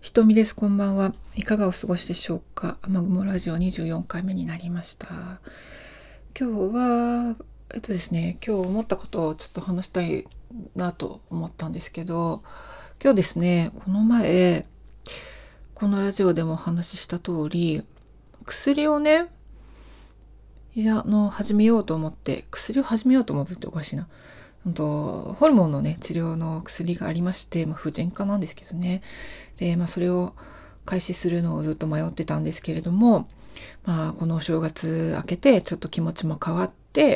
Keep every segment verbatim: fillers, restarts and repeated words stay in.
ひとみです。こんばんは。いかがお過ごしでしょうか。雨雲ラジオにじゅうよんかいめになりました。今日は、えっとですね、今日思ったことをちょっと話したいなと思ったんですけど、今日ですね、この前、このラジオでもお話しした通り、薬をね、いや、あの、始めようと思って、薬を始めようと思ってっておかしいな。ほんとホルモンのね、治療の薬がありまして、まあ、婦人科なんですけどね。で、まあ、それを開始するのをずっと迷ってたんですけれども、まあ、このお正月明けて、ちょっと気持ちも変わって、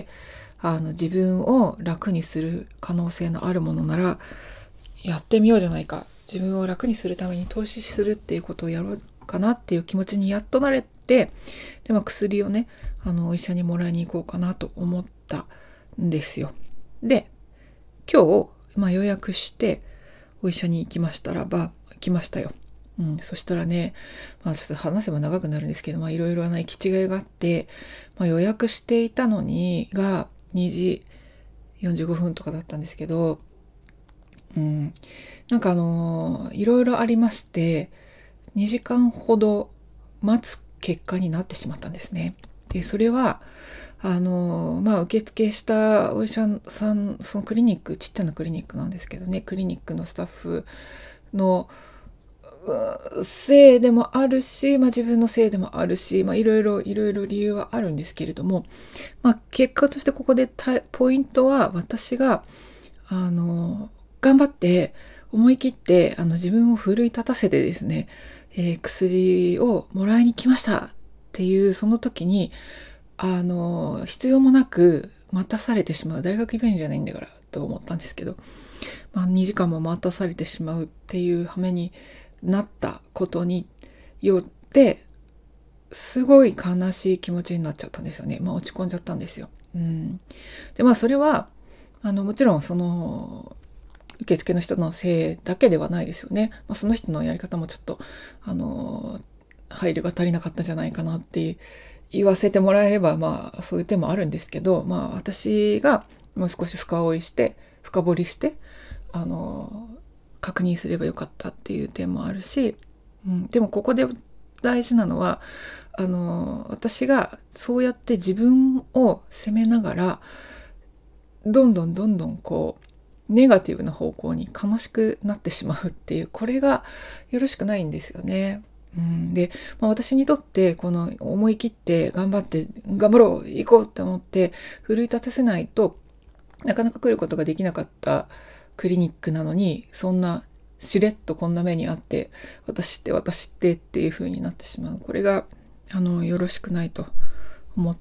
あの、自分を楽にする可能性のあるものなら、やってみようじゃないか。自分を楽にするために投資するっていうことをやろうかなっていう気持ちにやっとなれて、で、まあ、薬をね、あの、お医者にもらいに行こうかなと思ったんですよ。で、今日、まあ、予約してお医者に行きましたらば、行きましたよ。うん、そしたらね、まあちょっと話せば長くなるんですけど、まあいろいろな行き違いがあって、まあ予約していたのに、がにじよんじゅうごふんとかだったんですけど、うん、なんかあのーいろいろありまして、にじかんほど待つ結果になってしまったんですね。で、それは、あの、まあ、受付したお医者さん、そのクリニック、ちっちゃなクリニックなんですけどね、クリニックのスタッフのうせいでもあるし、まあ自分のせいでもあるし、まあいろいろ、いろいろ理由はあるんですけれども、まあ結果としてここでたポイントは私が、あの、頑張って思い切ってあの自分を奮い立たせてですね、えー薬をもらいに来ましたっていうその時に、あの、必要もなく待たされてしまう。大学病院じゃないんだからと思ったんですけど、まあ、にじかんも待たされてしまうっていう羽目になったことによって、すごい悲しい気持ちになっちゃったんですよね。まあ落ち込んじゃったんですよ。うん。で、まあそれは、あの、もちろんその、受付の人のせいだけではないですよね。まあその人のやり方もちょっと、あの、配慮が足りなかったんじゃないかなって言わせてもらえれば、まあそういう点もあるんですけど、まあ私がもう少し深追いして、深掘りして、あの、確認すればよかったっていう点もあるし、うん、でもここで大事なのは、あの、私がそうやって自分を責めながら、どんどんどんどんこう、ネガティブな方向に悲しくなってしまうっていう、これがよろしくないんですよね。うん、で、まあ、私にとってこの思い切って頑張って頑張ろう行こうって思って奮い立たせないとなかなか来ることができなかったクリニックなのに、そんなしれっとこんな目にあって、私って私ってっていう風になってしまう。これが、あの、よろしくないと思って、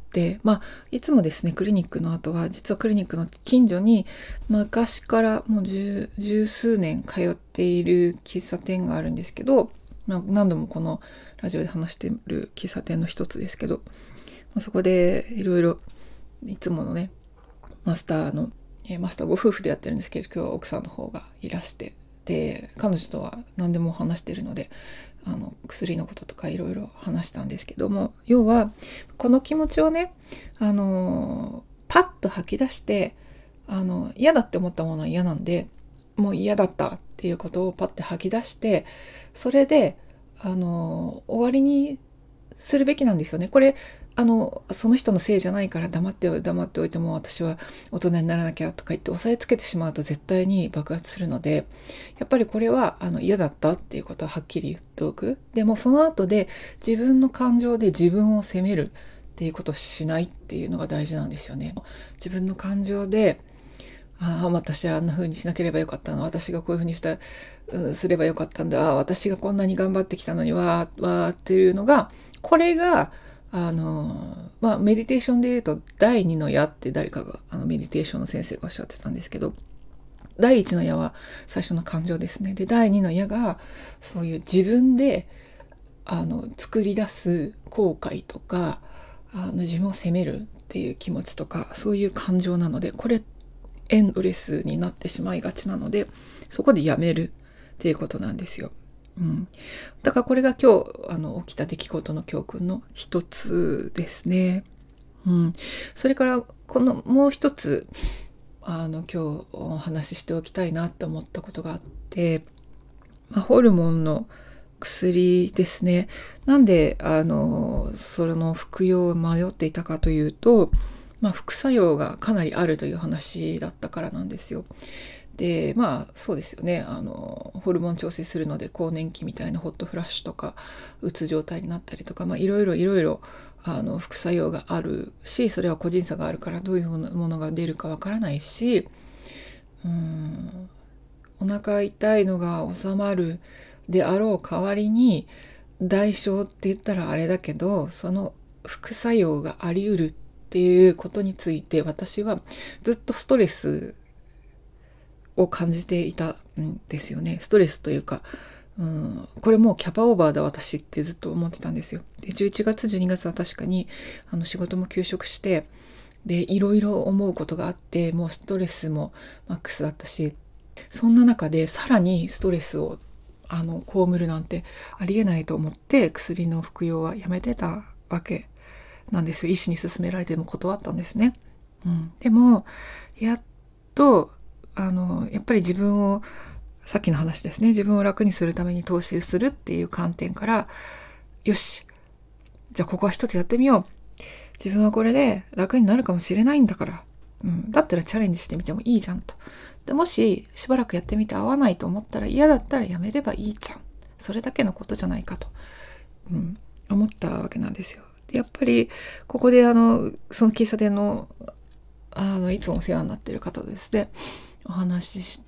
まあ、いつもですね、クリニックの後は、実はクリニックの近所に、昔からもう十、十数年通っている喫茶店があるんですけど、まあ、何度もこのラジオで話している喫茶店の一つですけど、まあ、そこでいろいろ、いつものね、マスターの、えーマスターご夫婦でやってるんですけど、今日は奥さんの方がいらして、で、彼女とは何でも話してるので、あの、薬のこととかいろいろ話したんですけども、要は、この気持ちをね、あの、パッと吐き出して、あの、嫌だって思ったものは嫌なんで、もう嫌だったっていうことをパッて吐き出して、それで、あの、終わりにするべきなんですよね。これ、あの、その人のせいじゃないから黙ってお黙っておいても私は大人にならなきゃとか言って押さえつけてしまうと絶対に爆発するので、やっぱりこれはあの嫌だったっていうことははっきり言っておく。でもその後で自分の感情で自分を責めるっていうことをしないっていうのが大事なんですよね。自分の感情で、ああ、私はあんな風にしなければよかったの。私がこういう風にした、うん、すればよかったんだ。私がこんなに頑張ってきたのにわー、わーっていうのが、これが、あの、まあ、メディテーションで言うと、第二の矢って誰かが、あの、メディテーションの先生がおっしゃってたんですけど、第一の矢は最初の感情ですね。で、第二の矢が、そういう自分で、あの、作り出す後悔とか、あの、自分を責めるっていう気持ちとか、そういう感情なので、これ、エンドレスになってしまいがちなので、そこでやめるっていうことなんですよ。うん。だからこれが今日、あの、起きた出来事の教訓の一つですね。うん。それから、この、もう一つ、あの、今日お話ししておきたいなって思ったことがあって、まあ、ホルモンの薬ですね。なんであのそれの服用を迷っていたかというと、まあ、副作用がかなりあるという話だったからなんですよ。でまあそうですよね、あのホルモン調整するので更年期みたいなホットフラッシュとかうつ状態になったりとか、まあ、いろいろいろいろあの副作用があるし、それは個人差があるからどういうものが出るかわからないし、うーんお腹痛いのが収まるであろう代わりに代償って言ったらあれだけど、その副作用があり得るっていうことについて私はずっとストレスを感じていたんですよね。ストレスというか、うん、これもうキャパオーバーだ私ってずっと思ってたんですよ。でじゅういちがつじゅうにがつは確かにあの仕事も休職して、でいろいろ思うことがあって、もうストレスもマックスだったし、そんな中でさらにストレスをあの被るなんてありえないと思って薬の服用はやめてたわけなんですよ。医師に勧められても断ったんですね。うん、でもやっとあのやっぱり自分を、さっきの話ですね、自分を楽にするために投資するっていう観点から、よしじゃあここは一つやってみよう、自分はこれで楽になるかもしれないんだから、うん、だったらチャレンジしてみてもいいじゃんと。でもししばらくやってみて合わないと思ったら、嫌だったらやめればいいじゃん、それだけのことじゃないかと、うん、思ったわけなんですよ。でやっぱりここであのその喫茶店のあのいつもお世話になっている方ですね、お話しして、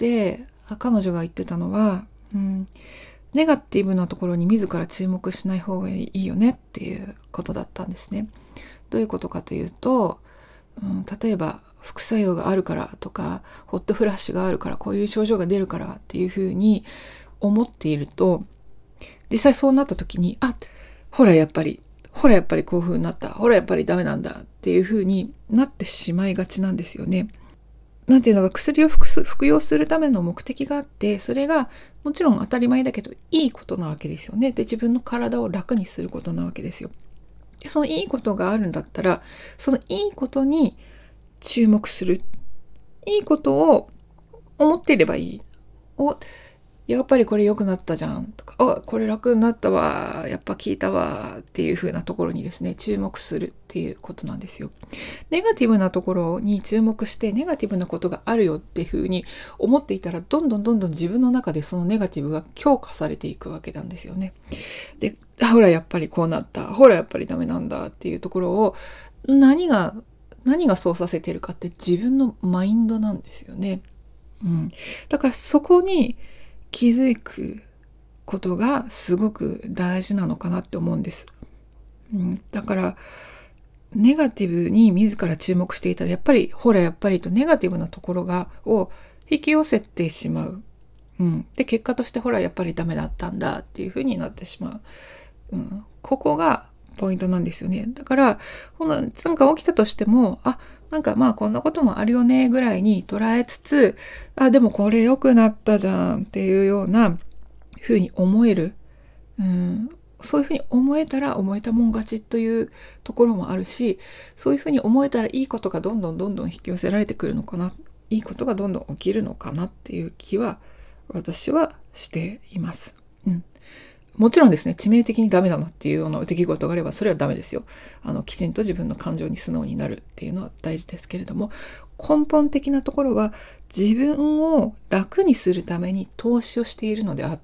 彼女が言ってたのは、うん、ネガティブなところに自ら注目しない方がいいよねっていうことだったんですね。どういうことかというと、うん、例えば副作用があるからとかホットフラッシュがあるからこういう症状が出るからっていうふうに思っていると、実際そうなった時に、あ、ほらやっぱりほらやっぱりこういう風になった、ほらやっぱりダメなんだっていう風になってしまいがちなんですよね。なんていうのか、薬を服用するための目的があって、それがもちろん当たり前だけどいいことなわけですよね。で自分の体を楽にすることなわけですよ。でそのいいことがあるんだったら、そのいいことに注目する、いいことを思っていればいい。おやっぱりこれ良くなったじゃんとか、あ、これ楽になったわ、やっぱ効いたわっていう風なところにですね、注目するっていうことなんですよ。ネガティブなところに注目して、ネガティブなことがあるよっていう風に思っていたら、どんどんどんどん自分の中でそのネガティブが強化されていくわけなんですよね。で、ほらやっぱりこうなった、ほらやっぱりダメなんだっていうところを、何が何がそうさせてるかって自分のマインドなんですよね。うん、だからそこに気づくことがすごく大事なのかなって思うんです。うん、だからネガティブに自ら注目していたら、やっぱりほらやっぱりとネガティブなところがを引き寄せてしまう。うん、で結果としてほらやっぱりダメだったんだっていう風になってしまう。うん、ここがポイントなんですよね。だからほななんか起きたとしても、あ、なんかまあこんなこともあるよねぐらいに捉えつつ、あ、でもこれ良くなったじゃんっていうような風に思える、うん、そういう風に思えたら思えたもん勝ちというところもあるし、そういう風に思えたらいいことがどんどんどんどん引き寄せられてくるのかな、いいことがどんどん起きるのかなっていう気は私はしています。うん、もちろんですね、致命的にダメだなっていうような出来事があればそれはダメですよ。あのきちんと自分の感情に素直になるっていうのは大事ですけれども、根本的なところは自分を楽にするために投資をしているのであって、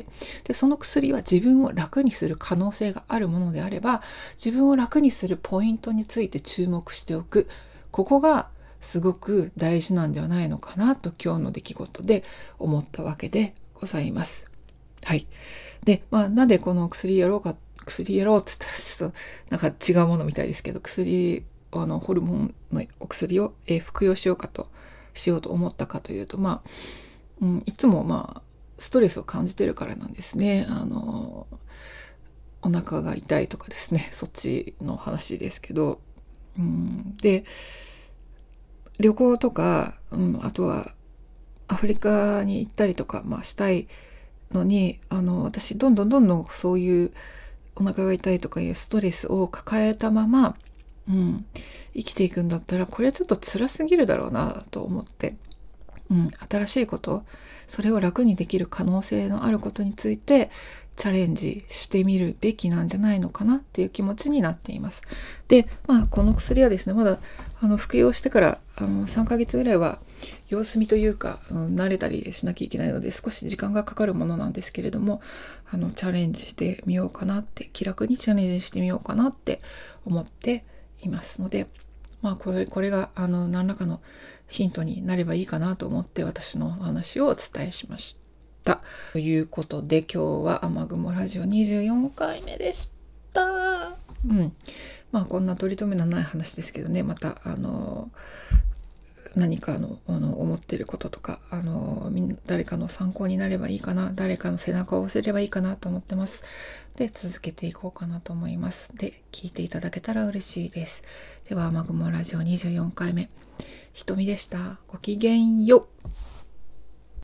でその薬は自分を楽にする可能性があるものであれば、自分を楽にするポイントについて注目しておく、ここがすごく大事なんではないのかなと今日の出来事で思ったわけでございます。はい。で、まあ、なんでこの薬やろうか、薬やろうって言ったらちょっとなんか違うものみたいですけど、薬、あの、ホルモンのお薬を、えー服用しようかと、しようと思ったかというと、まあ、うん、いつもまあ、ストレスを感じてるからなんですね。あの、お腹が痛いとかですね、そっちの話ですけど、うん、で、旅行とか、うん、あとはアフリカに行ったりとか、まあ、したいのに、あの私どんどんどんどんそういうお腹が痛いとかいうストレスを抱えたまま、うん、生きていくんだったらこれちょっと辛すぎるだろうなと思って、 うん、新しいこと、それを楽にできる可能性のあることについてチャレンジしてみるべきなんじゃないのかなっていう気持ちになっています。で、まあこの薬はですね、まだあの服用してからあのさんかげつぐらいは様子見というか、うん、慣れたりしなきゃいけないので少し時間がかかるものなんですけれども、あのチャレンジしてみようかなって、気楽にチャレンジしてみようかなって思っていますので、まあこれ、これがあの何らかのヒントになればいいかなと思って私のお話をお伝えしました。ということで今日は雨雲ラジオにじゅうよんかいめでした。うん。まあこんな取り留めのない話ですけどね、またあの何かのあの思っていることとか、あのみんな誰かの参考になればいいかな、誰かの背中を押せればいいかなと思ってます。で、続けていこうかなと思います。で、聞いていただけたら嬉しいです。では、雨雲ラジオにじゅうよんかいめ、ひとみでした。ごきげんよう。